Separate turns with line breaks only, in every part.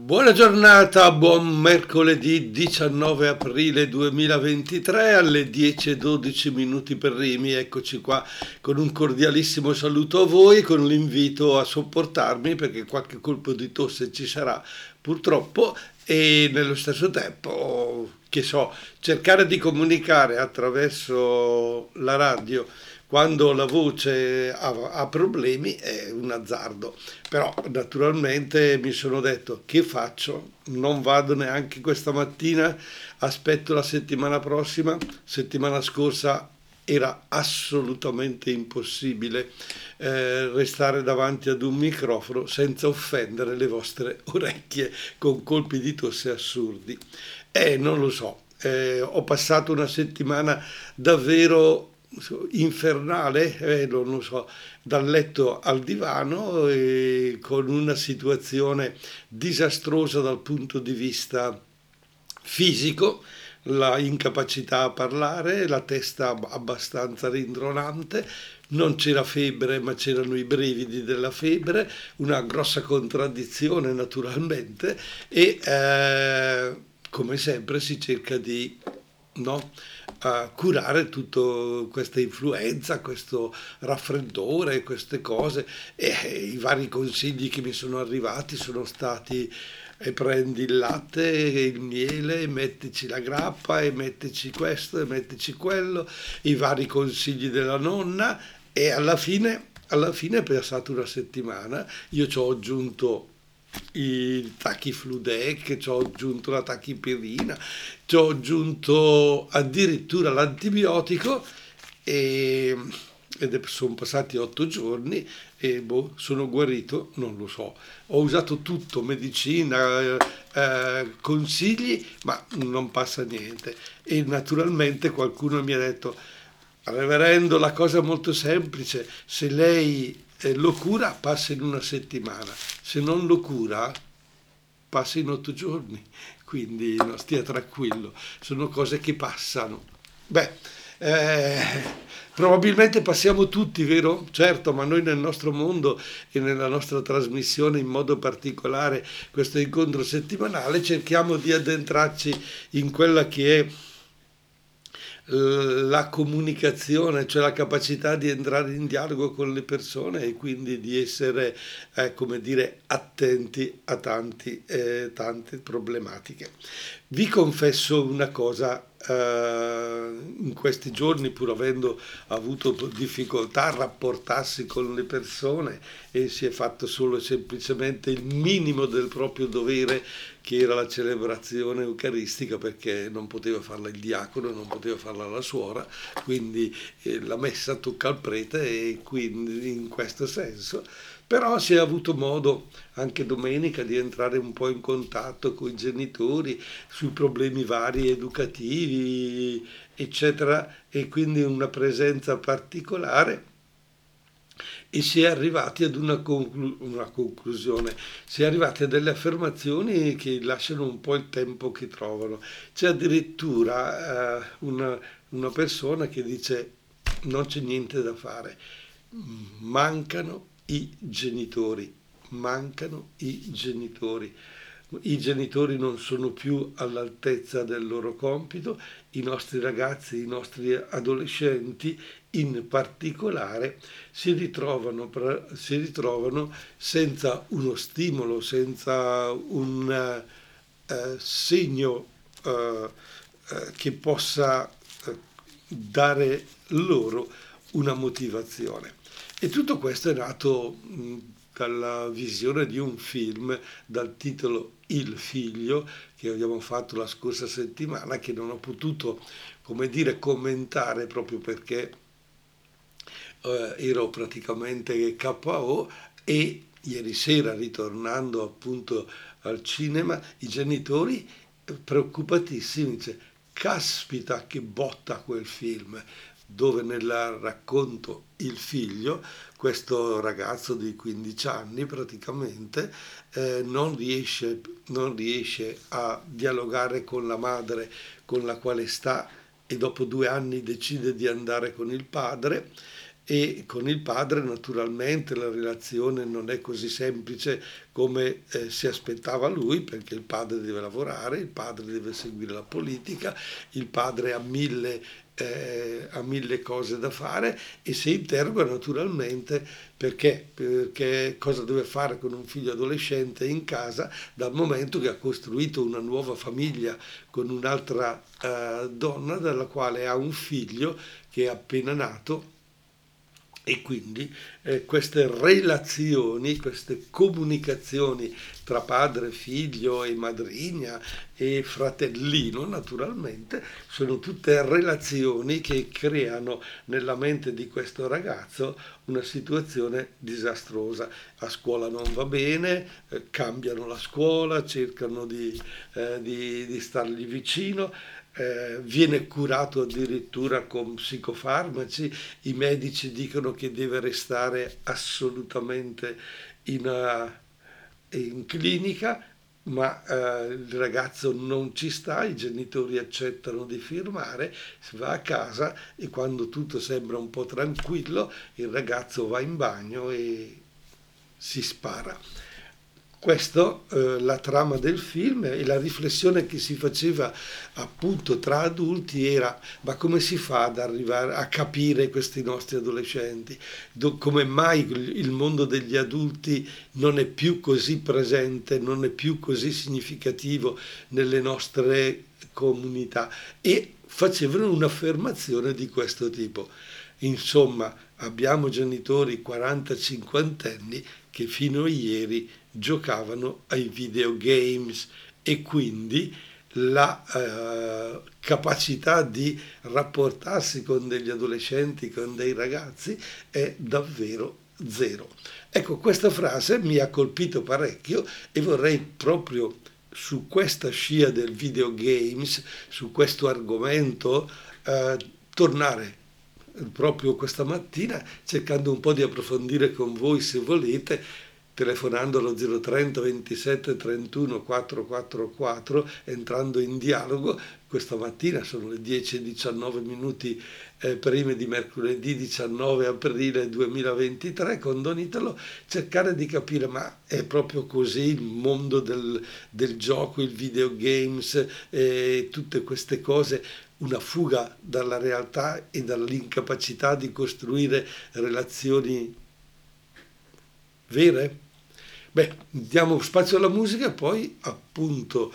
Buona giornata, buon mercoledì 19 aprile 2023 alle 10:12 minuti per Rimi. Eccoci qua con un cordialissimo saluto a voi, con l'invito a sopportarmi perché qualche colpo di tosse ci sarà purtroppo, e nello stesso tempo, che so, cercare di comunicare attraverso la radio quando la voce ha problemi è un azzardo. Però naturalmente mi sono detto: che faccio? Non vado neanche questa mattina, aspetto la settimana prossima. Settimana scorsa era assolutamente impossibile restare davanti ad un microfono senza offendere le vostre orecchie con colpi di tosse assurdi. Non lo so, ho passato una settimana davvero infernale, non lo so, dal letto al divano, e con una situazione disastrosa dal punto di vista fisico, la incapacità a parlare, la testa abbastanza rindronante, non c'era febbre ma c'erano i brividi della febbre, una grossa contraddizione naturalmente, e come sempre si cerca di, no, a curare tutta questa influenza, questo raffreddore, queste cose, e i vari consigli che mi sono arrivati sono stati: prendi il latte, e il miele, e mettici la grappa, e mettici questo, e mettici quello, i vari consigli della nonna, e alla fine è passata una settimana, io ci ho aggiunto il Tachifludec, ci ho aggiunto la tachipirina, ci ho aggiunto addirittura l'antibiotico, e, sono passati 8 giorni e sono guarito, non lo so. Ho usato tutto, medicina, consigli, ma non passa niente. E naturalmente qualcuno mi ha detto: Reverendo, la cosa è molto semplice, se lei lo cura passa in una settimana, se non lo cura passa in 8 giorni, quindi no, stia tranquillo, sono cose che passano. Beh, eh, probabilmente passiamo tutti, vero? Certo, ma noi nel nostro mondo e nella nostra trasmissione in modo particolare, questo incontro settimanale, cerchiamo di addentrarci in quella che è la comunicazione, cioè la capacità di entrare in dialogo con le persone e quindi di essere, come dire, attenti a tante problematiche. Vi confesso una cosa: in questi giorni, pur avendo avuto difficoltà a rapportarsi con le persone, e si è fatto solo e semplicemente il minimo del proprio dovere, che era la celebrazione eucaristica, perché non poteva farla il diacono, non poteva farla la suora, quindi la messa tocca al prete, e quindi in questo senso. Però si è avuto modo anche domenica di entrare un po' in contatto con i genitori sui problemi vari educativi, eccetera, e quindi una presenza particolare, e si è arrivati ad una conclusione, si è arrivati a delle affermazioni che lasciano un po' il tempo che trovano. C'è addirittura una persona che dice: non c'è niente da fare, mancano i genitori, mancano i genitori. I genitori non sono più all'altezza del loro compito, i nostri ragazzi, i nostri adolescenti in particolare si ritrovano senza uno stimolo, senza un segno che possa dare loro una motivazione. E tutto questo è nato dalla visione di un film dal titolo Il figlio, che abbiamo fatto la scorsa settimana, che non ho potuto, come dire, commentare proprio perché ero praticamente KO, e ieri sera, ritornando appunto al cinema, i genitori preoccupatissimi, dice: caspita che botta quel film, dove nel racconto Il figlio, questo ragazzo di 15 anni praticamente non riesce a dialogare con la madre con la quale sta, e dopo 2 anni decide di andare con il padre, e con il padre naturalmente la relazione non è così semplice come si aspettava lui, perché il padre deve lavorare, il padre deve seguire la politica, il padre ha mille cose da fare e si interroga naturalmente perché cosa deve fare con un figlio adolescente in casa dal momento che ha costruito una nuova famiglia con un'altra donna dalla quale ha un figlio che è appena nato. E quindi queste relazioni, queste comunicazioni tra padre, figlio e madrigna e fratellino naturalmente sono tutte relazioni che creano nella mente di questo ragazzo una situazione disastrosa. A scuola non va bene, cambiano la scuola, cercano di stargli vicino. Viene curato addirittura con psicofarmaci, i medici dicono che deve restare assolutamente in clinica, ma il ragazzo non ci sta, i genitori accettano di firmare, si va a casa e quando tutto sembra un po' tranquillo, il ragazzo va in bagno e si spara. Questo la trama del film e la riflessione che si faceva appunto tra adulti era: ma come si fa ad arrivare a capire questi nostri adolescenti? Come mai il mondo degli adulti non è più così presente, non è più così significativo nelle nostre comunità? E facevano un'affermazione di questo tipo. Insomma, abbiamo genitori 40-50 anni che fino a ieri giocavano ai videogames e quindi la capacità di rapportarsi con degli adolescenti, con dei ragazzi è davvero zero. Ecco, questa frase mi ha colpito parecchio e vorrei proprio su questa scia del videogames, su questo argomento, tornare proprio questa mattina cercando un po' di approfondire con voi, se volete, telefonando allo 030 27 31 444, entrando in dialogo. Questa mattina sono le 10:19 minuti prime di mercoledì 19 aprile 2023 con Don Italo, cercare di capire, ma è proprio così il mondo del gioco, il videogames, tutte queste cose, una fuga dalla realtà e dall'incapacità di costruire relazioni vere? Beh, diamo spazio alla musica e poi appunto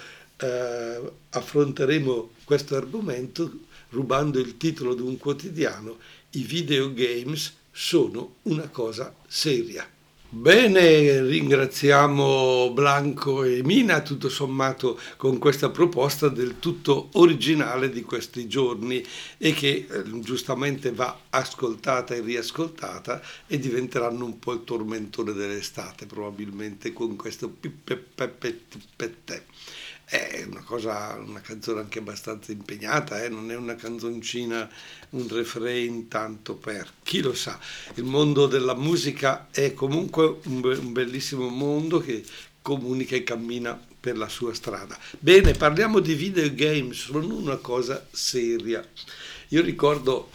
affronteremo questo argomento rubando il titolo di un quotidiano: i videogames sono una cosa seria. Bene, ringraziamo Blanco e Mina, tutto sommato, con questa proposta del tutto originale di questi giorni e che giustamente va ascoltata e riascoltata e diventeranno un po' il tormentone dell'estate, probabilmente, con questo pippe peppe tippette. È una canzone anche abbastanza impegnata, non è una canzoncina, un refrain tanto per. Chi lo sa, il mondo della musica è comunque un bellissimo mondo che comunica e cammina per la sua strada. Bene, parliamo di videogames, sono una cosa seria. Io ricordo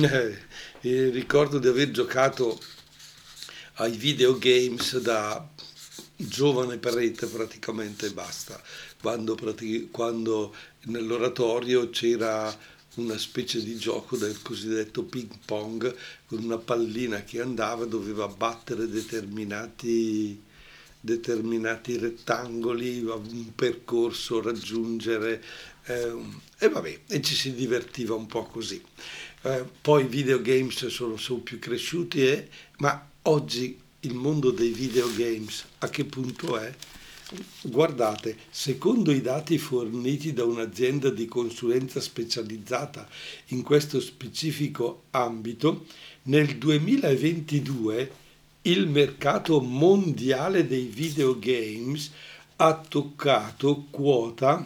di aver giocato ai videogames da giovane prete praticamente e basta, quando nell'oratorio c'era una specie di gioco del cosiddetto ping pong con una pallina che andava, doveva battere determinati rettangoli, un percorso, raggiungere e vabbè, e ci si divertiva un po' così. Poi i videogames sono più cresciuti, ma oggi il mondo dei videogames a che punto è? Guardate, secondo i dati forniti da un'azienda di consulenza specializzata in questo specifico ambito, nel 2022 il mercato mondiale dei videogames ha toccato quota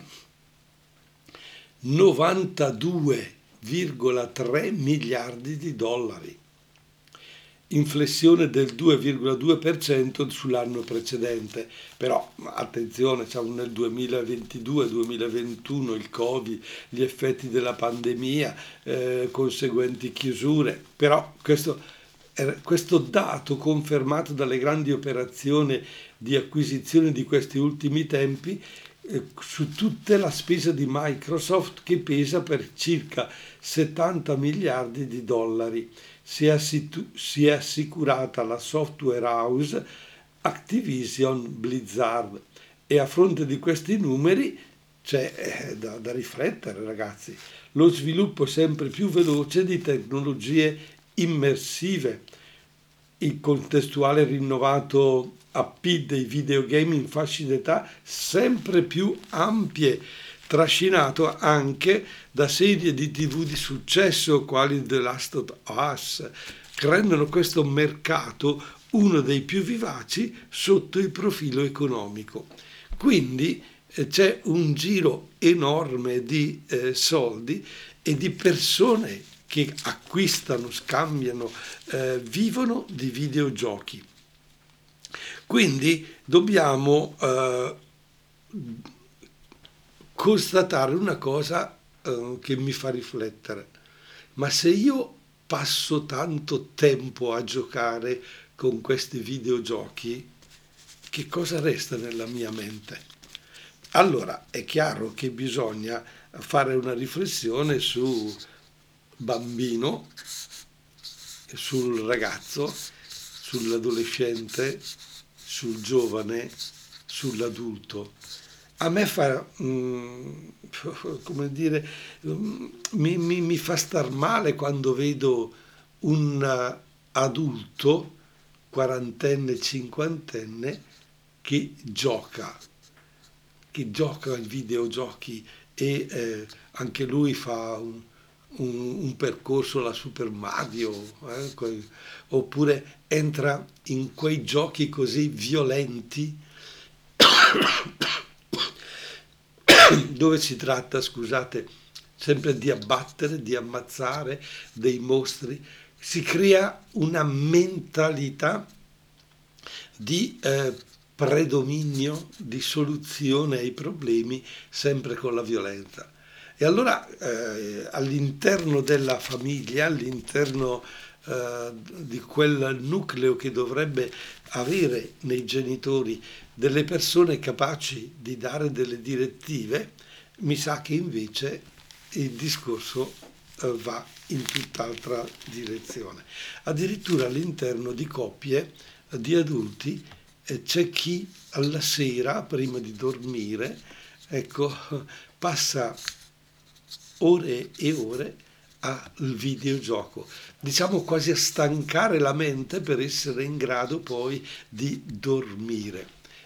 92,3 miliardi di dollari, inflessione del 2,2% sull'anno precedente. Però attenzione, nel 2022-2021 il Covid, gli effetti della pandemia, conseguenti chiusure, però questo questo dato confermato dalle grandi operazioni di acquisizione di questi ultimi tempi su tutta la spesa di Microsoft, che pesa per circa 70 miliardi di dollari. Si è assicurata la software house Activision Blizzard, e a fronte di questi numeri c'è da riflettere, ragazzi. Lo sviluppo sempre più veloce di tecnologie immersive, il contestuale rinnovato appeal dei videogame in fasce d'età sempre più ampie, trascinato anche da serie di TV di successo quali The Last of Us, che rendono questo mercato uno dei più vivaci sotto il profilo economico. Quindi c'è un giro enorme di soldi e di persone che acquistano, scambiano, vivono di videogiochi. Quindi dobbiamo constatare una cosa che mi fa riflettere. Ma se io passo tanto tempo a giocare con questi videogiochi, che cosa resta nella mia mente? Allora è chiaro che bisogna fare una riflessione su bambino, sul ragazzo, sull'adolescente, sul giovane, sull'adulto. A me fa, come dire, mi fa star male quando vedo un adulto, quarantenne, cinquantenne, che gioca ai videogiochi e anche lui fa un percorso alla Super Mario, oppure entra in quei giochi così violenti dove si tratta, scusate, sempre di abbattere, di ammazzare dei mostri. Si crea una mentalità di predominio, di soluzione ai problemi sempre con la violenza. E allora all'interno della famiglia, all'interno di quel nucleo che dovrebbe avere nei genitori delle persone capaci di dare delle direttive, mi sa che invece il discorso va in tutt'altra direzione. Addirittura all'interno di coppie di adulti c'è chi alla sera, prima di dormire, ecco, passa ore e ore al videogioco, diciamo quasi a stancare la mente per essere in grado poi di dormire,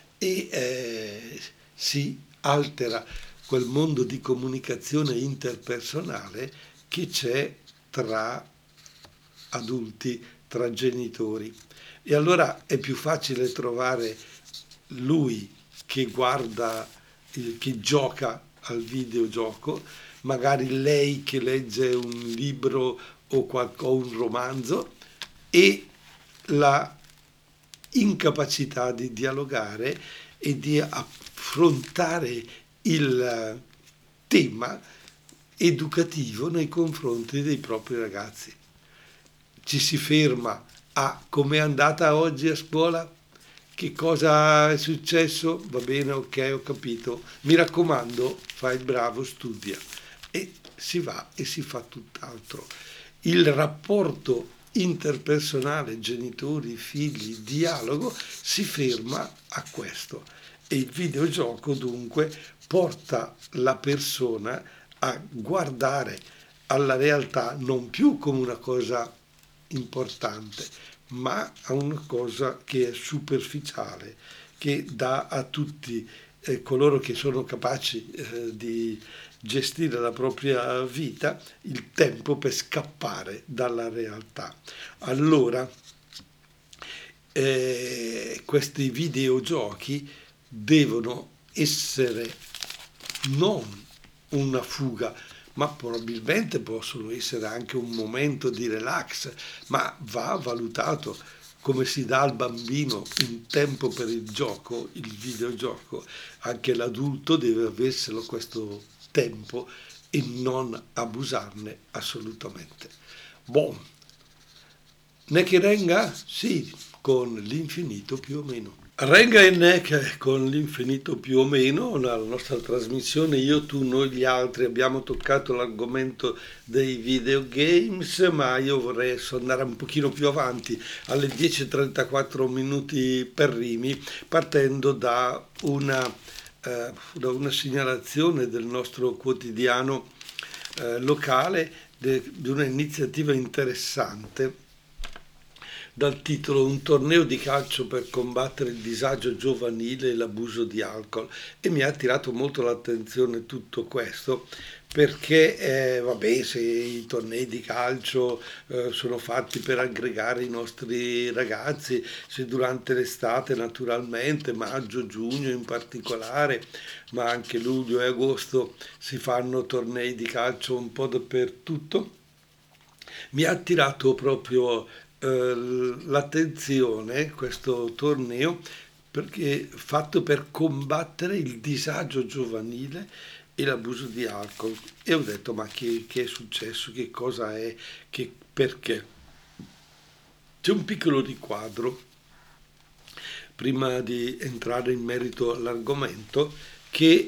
e si altera quel mondo di comunicazione interpersonale che c'è tra adulti, tra genitori. E allora è più facile trovare lui che guarda, che gioca al videogioco, magari lei che legge un libro o un romanzo, e la incapacità di dialogare e di affrontare il tema educativo nei confronti dei propri ragazzi. Ci si ferma a com'è andata oggi a scuola, che cosa è successo, va bene, ok, ho capito, mi raccomando, fai il bravo, studia, e si va e si fa tutt'altro. Il rapporto interpersonale, genitori, figli, dialogo, si ferma a questo, e il videogioco dunque porta la persona a guardare alla realtà non più come una cosa importante, ma a una cosa che è superficiale, che dà a tutti coloro che sono capaci di gestire la propria vita il tempo per scappare dalla realtà. Allora, questi videogiochi devono essere non una fuga, ma probabilmente possono essere anche un momento di relax, ma va valutato come si dà al bambino un tempo per il gioco, il videogioco. Anche l'adulto deve averselo questo tempo e non abusarne assolutamente. Buon. Neki Renga? Sì, con l'infinito più o meno. Renga e Nek con l'infinito più o meno, la nostra trasmissione Io, tu, noi, gli altri, abbiamo toccato l'argomento dei videogames, ma io vorrei adesso andare un pochino più avanti, alle 10:34 minuti per rimi, partendo da una segnalazione del nostro quotidiano locale di una iniziativa interessante dal titolo Un torneo di calcio per combattere il disagio giovanile e l'abuso di alcol, e mi ha attirato molto l'attenzione tutto questo perché vabbè, se i tornei di calcio sono fatti per aggregare i nostri ragazzi, se durante l'estate naturalmente, maggio, giugno in particolare, ma anche luglio e agosto si fanno tornei di calcio un po' dappertutto, mi ha attirato proprio l'attenzione questo torneo perché fatto per combattere il disagio giovanile e l'abuso di alcol, e ho detto ma che è successo, che cosa è, perché? C'è un piccolo riquadro prima di entrare in merito all'argomento che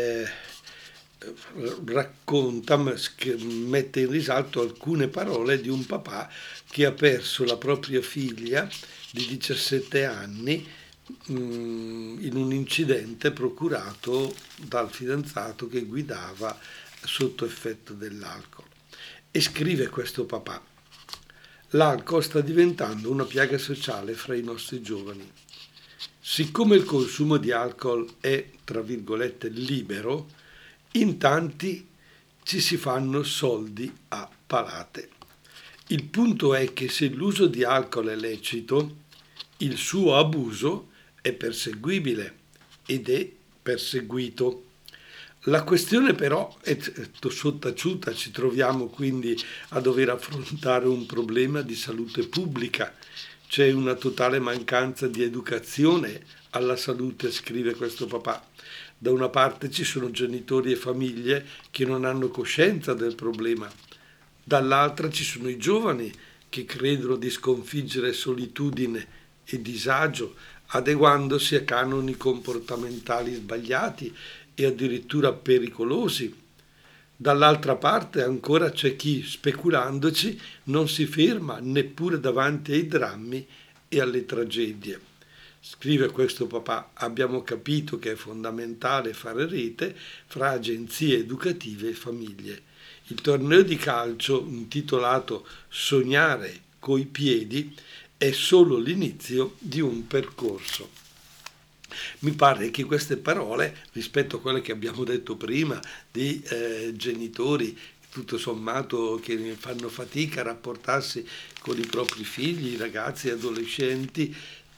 racconta, mette in risalto alcune parole di un papà che ha perso la propria figlia di 17 anni in un incidente procurato dal fidanzato che guidava sotto effetto dell'alcol. E scrive questo papà: l'alcol sta diventando una piaga sociale fra i nostri giovani. Siccome il consumo di alcol è, tra virgolette, libero, in tanti ci si fanno soldi a palate. Il punto è che se l'uso di alcol è lecito, il suo abuso è perseguibile ed è perseguito. La questione però è sottaciuta, ci troviamo quindi a dover affrontare un problema di salute pubblica. C'è una totale mancanza di educazione alla salute, scrive questo papà. Da una parte ci sono genitori e famiglie che non hanno coscienza del problema, dall'altra ci sono i giovani che credono di sconfiggere solitudine e disagio adeguandosi a canoni comportamentali sbagliati e addirittura pericolosi. Dall'altra parte ancora c'è chi, speculandoci, non si ferma neppure davanti ai drammi e alle tragedie. Scrive questo papà: abbiamo capito che è fondamentale fare rete fra agenzie educative e famiglie. Il torneo di calcio, intitolato Sognare coi piedi, è solo l'inizio di un percorso. Mi pare che queste parole, rispetto a quelle che abbiamo detto prima, di genitori tutto sommato che fanno fatica a rapportarsi con i propri figli, ragazzi, adolescenti,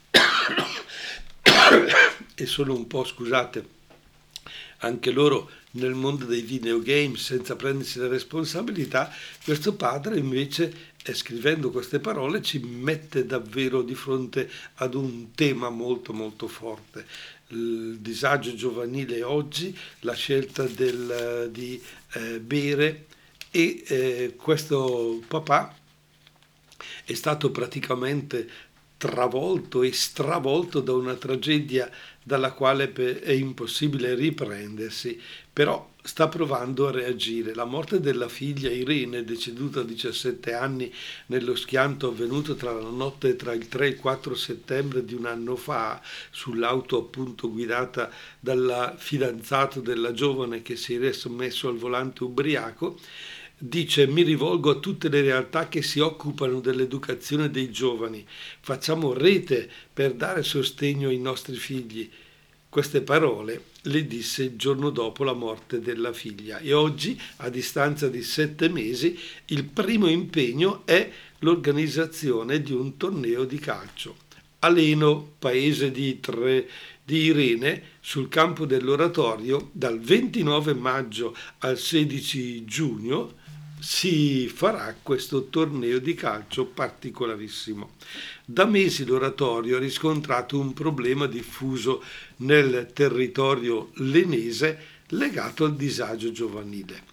e sono un po', scusate, anche loro nel mondo dei videogame senza prendersi la responsabilità, questo padre invece, scrivendo queste parole, ci mette davvero di fronte ad un tema molto molto forte: il disagio giovanile oggi, la scelta di bere, e questo papà è stato praticamente travolto e stravolto da una tragedia dalla quale è impossibile riprendersi, però sta provando a reagire. La morte della figlia Irene, deceduta a 17 anni nello schianto avvenuto tra la notte tra il 3 e il 4 settembre di un anno fa, sull'auto appunto guidata dal fidanzato della giovane che si era messo al volante ubriaco, dice: mi rivolgo a tutte le realtà che si occupano dell'educazione dei giovani, facciamo rete per dare sostegno ai nostri figli. Queste parole le disse il giorno dopo la morte della figlia, e oggi, a distanza di 7 mesi, il primo impegno è l'organizzazione di un torneo di calcio. A Leno, paese di Irene, sul campo dell'Oratorio, dal 29 maggio al 16 giugno, si farà questo torneo di calcio particolarissimo. Da mesi l'Oratorio ha riscontrato un problema diffuso nel territorio lenese legato al disagio giovanile.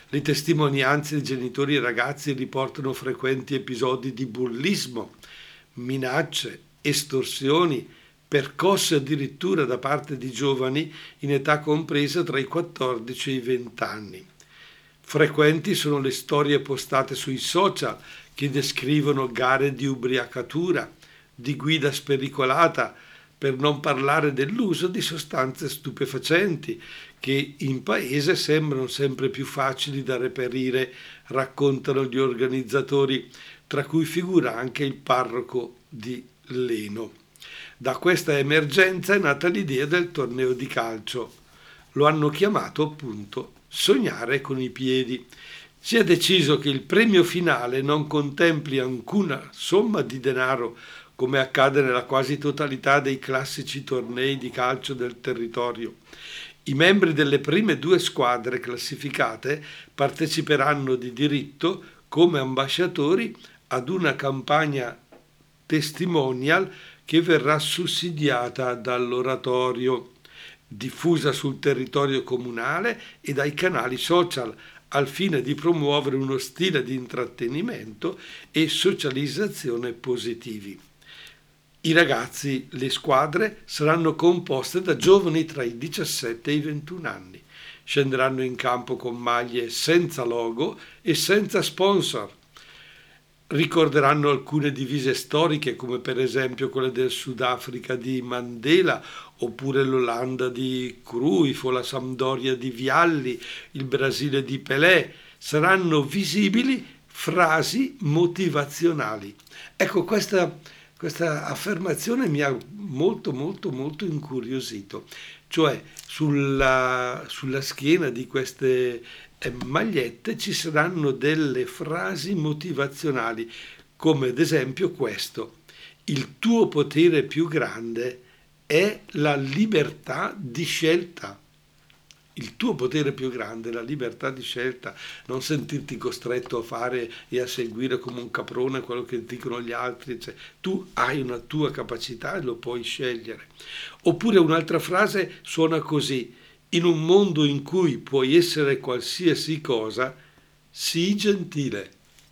Le testimonianze di genitori e ragazzi riportano frequenti episodi di bullismo, minacce, estorsioni, percosse addirittura da parte di giovani in età compresa tra i 14 e i 20 anni. Frequenti sono le storie postate sui social che descrivono gare di ubriacatura, di guida spericolata, per non parlare dell'uso di sostanze stupefacenti che in paese sembrano sempre più facili da reperire, raccontano gli organizzatori, tra cui figura anche il parroco di Leno. Da questa emergenza è nata l'idea del torneo di calcio. Lo hanno chiamato appunto Sognare con i piedi. Si è deciso che il premio finale non contempli alcuna somma di denaro, come accade nella quasi totalità dei classici tornei di calcio del territorio. I membri delle prime 2 squadre classificate parteciperanno di diritto come ambasciatori ad una campagna testimonial che verrà sussidiata dall'oratorio, diffusa sul territorio comunale e dai canali social, al fine di promuovere uno stile di intrattenimento e socializzazione positivi. I ragazzi, le squadre, saranno composte da giovani tra i 17 e i 21 anni. Scenderanno in campo con maglie senza logo e senza sponsor. Ricorderanno alcune divise storiche, come per esempio quelle del Sudafrica di Mandela, oppure l'Olanda di Cruyff o la Sampdoria di Vialli, il Brasile di Pelé. Saranno visibili frasi motivazionali. Ecco, questa affermazione mi ha molto incuriosito, cioè sulla schiena di queste magliette ci saranno delle frasi motivazionali, come ad esempio questo: il tuo potere più grande è la libertà di scelta. Il tuo potere più grande è la libertà di scelta, non sentirti costretto a fare e a seguire come un caprone quello che dicono gli altri. Cioè, tu hai una tua capacità e lo puoi scegliere. Oppure un'altra frase suona così: in un mondo in cui puoi essere qualsiasi cosa, sii gentile.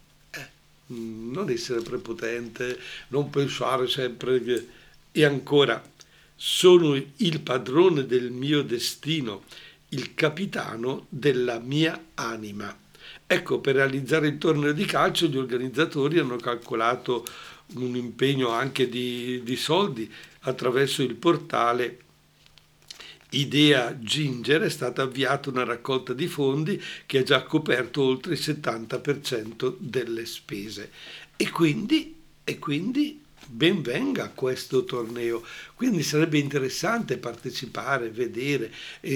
Non essere prepotente, non pensare sempre che... E ancora, sono il padrone del mio destino, il capitano della mia anima. Ecco, per realizzare il torneo di calcio gli organizzatori hanno calcolato un impegno anche di soldi attraverso il portale Idea Ginger. È stata avviata una raccolta di fondi che ha già coperto oltre il 70% delle spese e quindi ben venga questo torneo. Quindi sarebbe interessante partecipare, vedere,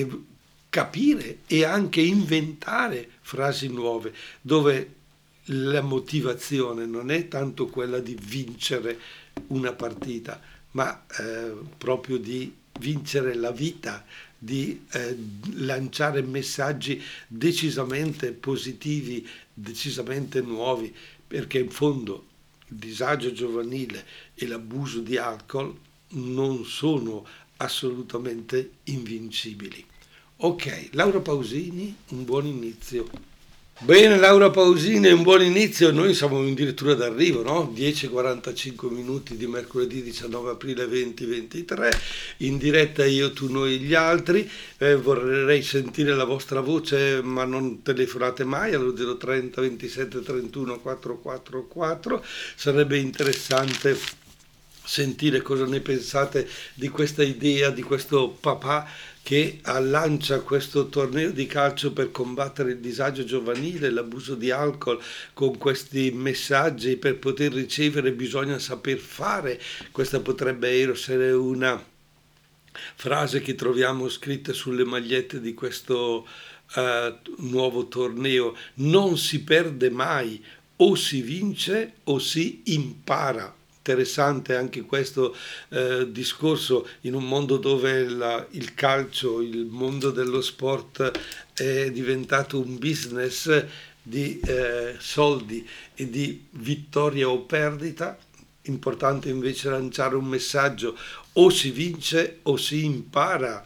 capire e anche inventare frasi nuove, dove la motivazione non è tanto quella di vincere una partita, ma proprio di vincere la vita, di lanciare messaggi decisamente positivi, decisamente nuovi, perché in fondo il disagio giovanile e l'abuso di alcol non sono assolutamente invincibili. Ok, Laura Pausini, un buon inizio. Bene, Laura Pausini, un buon inizio. Noi siamo addirittura d'arrivo, no? 10:45 minuti di mercoledì 19 aprile 2023, in diretta Io, tu, noi, gli altri. Vorrei sentire la vostra voce, ma non telefonate mai allo 030 27 31 444. Sarebbe interessante sentire cosa ne pensate di questa idea, di questo papà che lancia questo torneo di calcio per combattere il disagio giovanile, l'abuso di alcol, con questi messaggi: per poter ricevere bisogna saper fare. Questa potrebbe essere una frase che troviamo scritta sulle magliette di questo nuovo torneo. Non si perde mai, o si vince o si impara. Interessante anche questo discorso in un mondo dove il calcio, il mondo dello sport è diventato un business di soldi e di vittoria o perdita. Importante invece lanciare un messaggio: o si vince o si impara.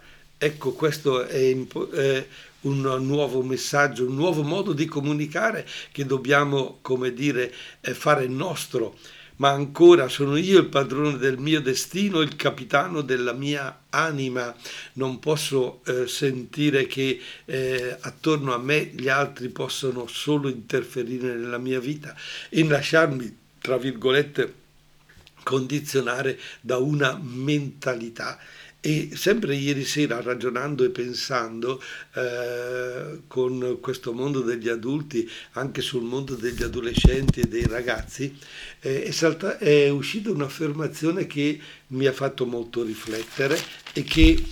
Ecco, questo è un nuovo messaggio, un nuovo modo di comunicare che dobbiamo, come dire, fare nostro. Ma ancora sono io il padrone del mio destino, il capitano della mia anima. Non posso sentire che attorno a me gli altri possono solo interferire nella mia vita e lasciarmi, tra virgolette, condizionare da una mentalità. E sempre ieri sera, ragionando e pensando con questo mondo degli adulti, anche sul mondo degli adolescenti e dei ragazzi, è uscita un'affermazione che mi ha fatto molto riflettere e che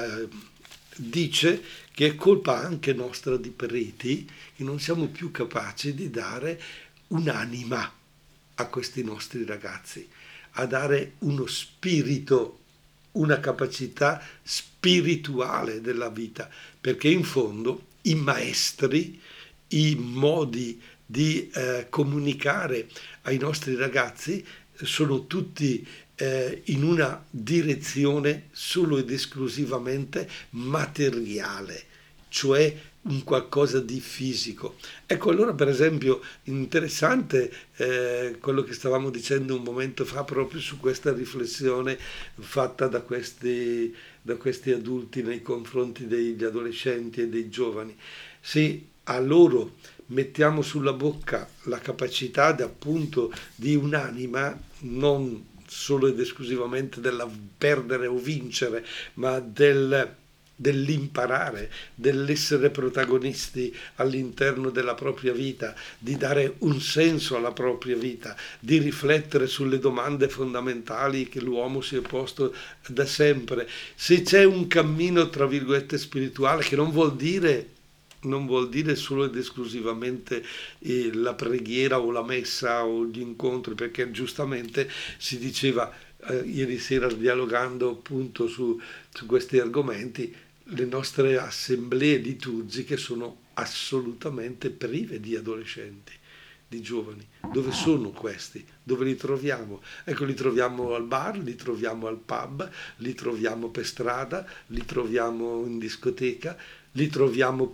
dice che è colpa anche nostra di preti, che non siamo più capaci di dare un'anima a questi nostri ragazzi, a dare uno spirito, una capacità spirituale della vita, perché in fondo i maestri, i modi di comunicare ai nostri ragazzi sono tutti in una direzione solo ed esclusivamente materiale, cioè un qualcosa di fisico. Ecco, allora per esempio interessante quello che stavamo dicendo un momento fa proprio su questa riflessione fatta da questi adulti nei confronti degli adolescenti e dei giovani. Se a loro mettiamo sulla bocca la capacità appunto di un'anima, non solo ed esclusivamente della perdere o vincere, ma dell'imparare, dell'essere protagonisti all'interno della propria vita, di dare un senso alla propria vita, di riflettere sulle domande fondamentali che l'uomo si è posto da sempre. Se c'è un cammino, tra virgolette, spirituale, che non vuol dire solo ed esclusivamente la preghiera o la messa o gli incontri, perché giustamente si diceva ieri sera dialogando appunto su questi argomenti, le nostre assemblee liturgiche sono assolutamente prive di adolescenti, di giovani. Dove sono questi? Dove li troviamo? Ecco, li troviamo al bar, li troviamo al pub, li troviamo per strada, li troviamo in discoteca, li troviamo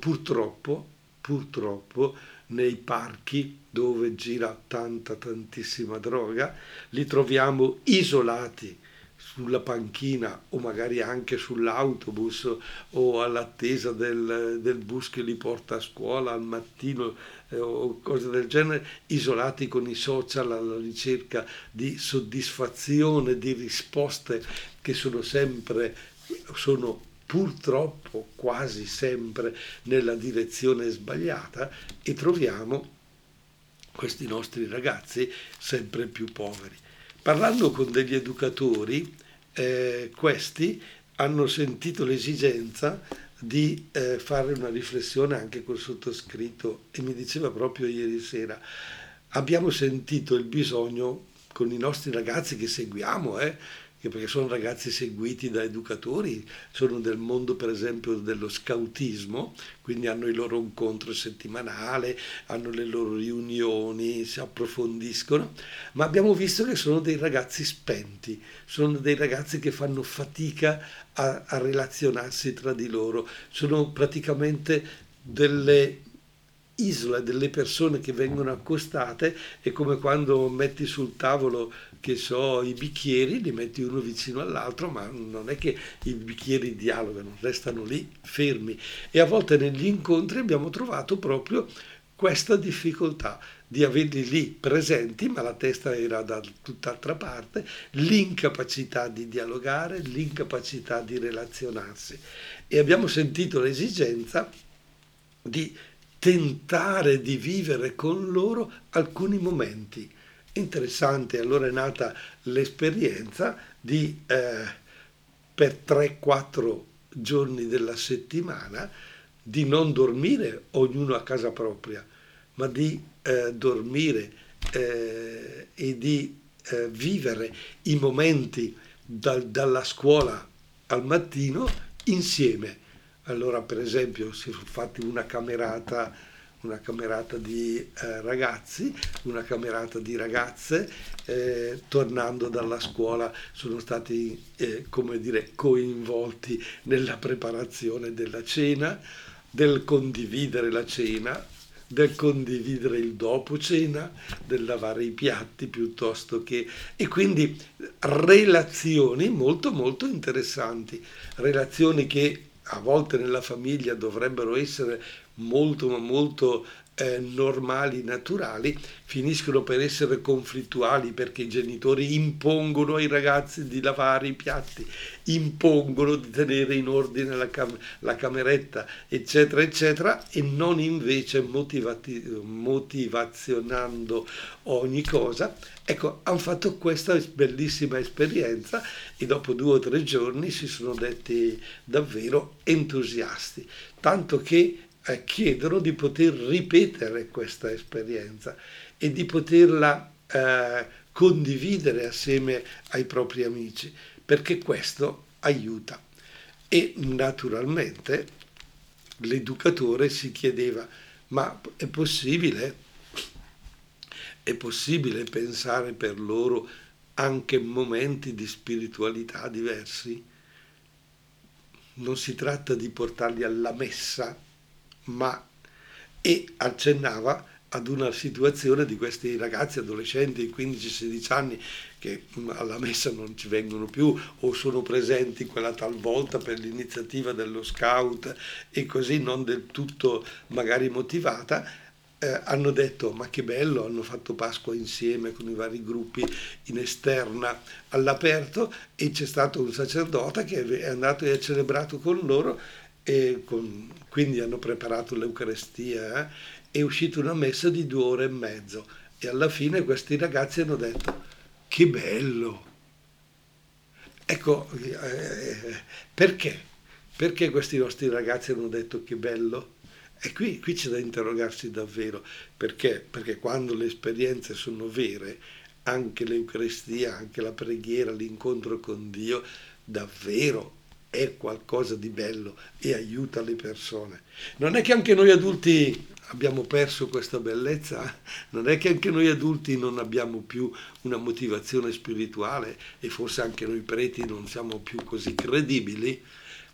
purtroppo nei parchi dove gira tantissima droga, li troviamo isolati sulla panchina o magari anche sull'autobus o all'attesa del bus che li porta a scuola al mattino o cose del genere, isolati con i social alla ricerca di soddisfazione, di risposte che sono purtroppo quasi sempre nella direzione sbagliata, e troviamo questi nostri ragazzi sempre più poveri. Parlando con degli educatori, questi hanno sentito l'esigenza di fare una riflessione anche col sottoscritto, e mi diceva proprio ieri sera, abbiamo sentito il bisogno con i nostri ragazzi che seguiamo, perché sono ragazzi seguiti da educatori, sono del mondo per esempio dello scautismo, quindi hanno il loro incontro settimanale, hanno le loro riunioni, si approfondiscono, ma abbiamo visto che sono dei ragazzi spenti, sono dei ragazzi che fanno fatica a relazionarsi tra di loro, sono praticamente delle isole, delle persone che vengono accostate. È come quando metti sul tavolo, che so, i bicchieri, li metti uno vicino all'altro, ma non è che i bicchieri dialogano, restano lì fermi. E a volte negli incontri abbiamo trovato proprio questa difficoltà di averli lì presenti, ma la testa era da tutt'altra parte, l'incapacità di dialogare, l'incapacità di relazionarsi. E abbiamo sentito l'esigenza di tentare di vivere con loro alcuni momenti. Interessante, allora è nata l'esperienza di per 3-4 giorni della settimana di non dormire ognuno a casa propria, ma di dormire e di vivere i momenti dalla scuola al mattino insieme. Allora per esempio si è fatti una camerata una camerata di ragazzi, una camerata di ragazze. Tornando dalla scuola sono stati, come dire, coinvolti nella preparazione della cena, del condividere la cena, del condividere il dopo cena, del lavare i piatti piuttosto che... E quindi relazioni molto molto interessanti, relazioni che a volte nella famiglia dovrebbero essere molto ma molto normali, naturali, finiscono per essere conflittuali perché i genitori impongono ai ragazzi di lavare i piatti, impongono di tenere in ordine la cameretta, eccetera, eccetera, e non invece motivazionando ogni cosa. Ecco, hanno fatto questa bellissima esperienza e dopo 2 o 3 giorni si sono detti davvero entusiasti, tanto che chiedono di poter ripetere questa esperienza e di poterla condividere assieme ai propri amici, perché questo aiuta. E naturalmente l'educatore si chiedeva, ma è possibile pensare per loro anche momenti di spiritualità diversi? Non si tratta di portarli alla messa, ma e accennava ad una situazione di questi ragazzi adolescenti di 15-16 anni che alla messa non ci vengono più o sono presenti quella talvolta per l'iniziativa dello scout e così non del tutto magari motivata. Hanno detto ma che bello, hanno fatto Pasqua insieme con i vari gruppi in esterna all'aperto e c'è stato un sacerdote che è andato e ha celebrato con loro quindi hanno preparato l'Eucarestia, è uscita una messa di 2 ore e mezzo e alla fine questi ragazzi hanno detto che bello. Ecco, perché? Perché questi nostri ragazzi hanno detto che bello? E qui c'è da interrogarsi davvero, perché? Perché quando le esperienze sono vere, anche l'Eucaristia, anche la preghiera, l'incontro con Dio, davvero è qualcosa di bello e aiuta le persone. Non è che anche noi adulti abbiamo perso questa bellezza? Non è che anche noi adulti non abbiamo più una motivazione spirituale e forse anche noi preti non siamo più così credibili?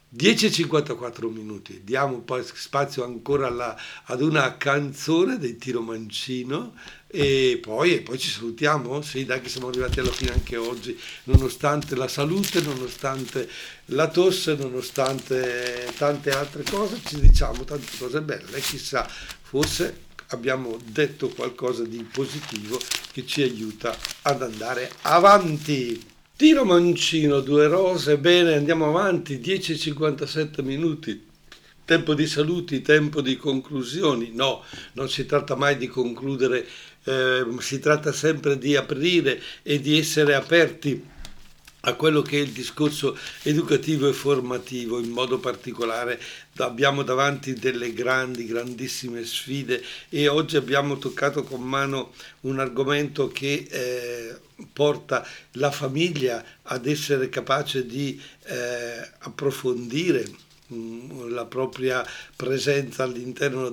10:54 minuti, diamo poi spazio ancora ad una canzone dei Tiro Mancino e poi ci salutiamo, sì dai che siamo arrivati alla fine anche oggi, nonostante la salute, nonostante la tosse, nonostante tante altre cose, ci diciamo tante cose belle, chissà, forse abbiamo detto qualcosa di positivo che ci aiuta ad andare avanti. Tiro Mancino, 2 rose, bene, andiamo avanti, 10:57 minuti, tempo di saluti, tempo di conclusioni, no, non si tratta mai di concludere, si tratta sempre di aprire e di essere aperti a quello che è il discorso educativo e formativo. In modo particolare abbiamo davanti delle grandissime sfide e oggi abbiamo toccato con mano un argomento che porta la famiglia ad essere capace di approfondire la propria presenza all'interno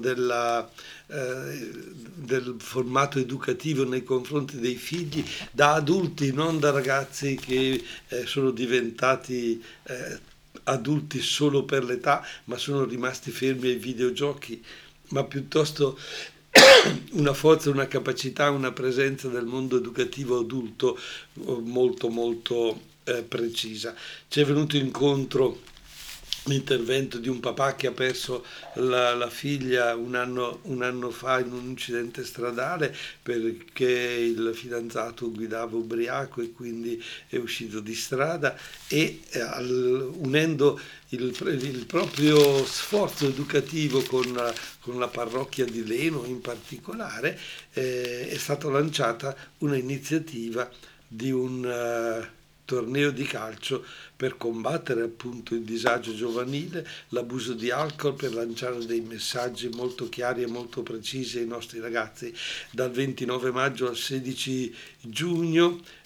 del formato educativo nei confronti dei figli da adulti, non da ragazzi che sono diventati adulti solo per l'età, ma sono rimasti fermi ai videogiochi, ma piuttosto una forza, una capacità, una presenza del mondo educativo adulto molto molto precisa. Ci è venuto incontro l'intervento di un papà che ha perso la figlia un anno fa in un incidente stradale perché il fidanzato guidava ubriaco e quindi è uscito di strada e unendo il proprio sforzo educativo con la parrocchia di Leno in particolare è stata lanciata una iniziativa di un torneo di calcio per combattere appunto il disagio giovanile, l'abuso di alcol, per lanciare dei messaggi molto chiari e molto precisi ai nostri ragazzi dal 29 maggio al 16 giugno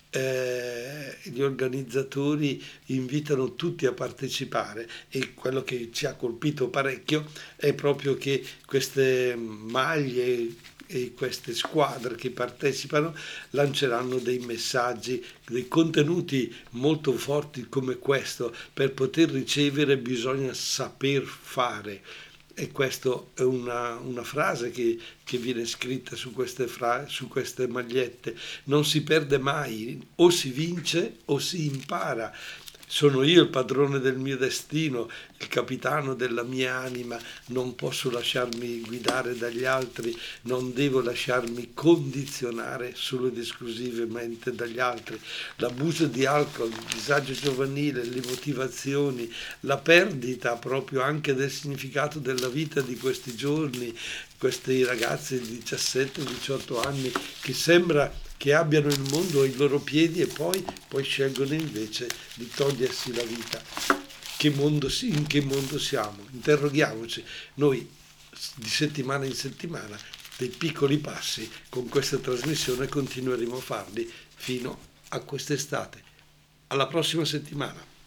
gli organizzatori invitano tutti a partecipare, e quello che ci ha colpito parecchio è proprio che queste maglie e queste squadre che partecipano lanceranno dei messaggi, dei contenuti molto forti come questo. Per poter ricevere bisogna saper fare. E questa è una frase che viene scritta su queste magliette. Non si perde mai, o si vince o si impara. Sono io il padrone del mio destino, il capitano della mia anima, non posso lasciarmi guidare dagli altri, non devo lasciarmi condizionare solo ed esclusivamente dagli altri. L'abuso di alcol, il disagio giovanile, le motivazioni, la perdita proprio anche del significato della vita di questi giorni, questi ragazzi di 17-18 anni che sembra che abbiano il mondo ai loro piedi e poi scelgono invece di togliersi la vita. In che mondo siamo? Interroghiamoci. Noi di settimana in settimana dei piccoli passi con questa trasmissione continueremo a farli fino a quest'estate. Alla prossima settimana.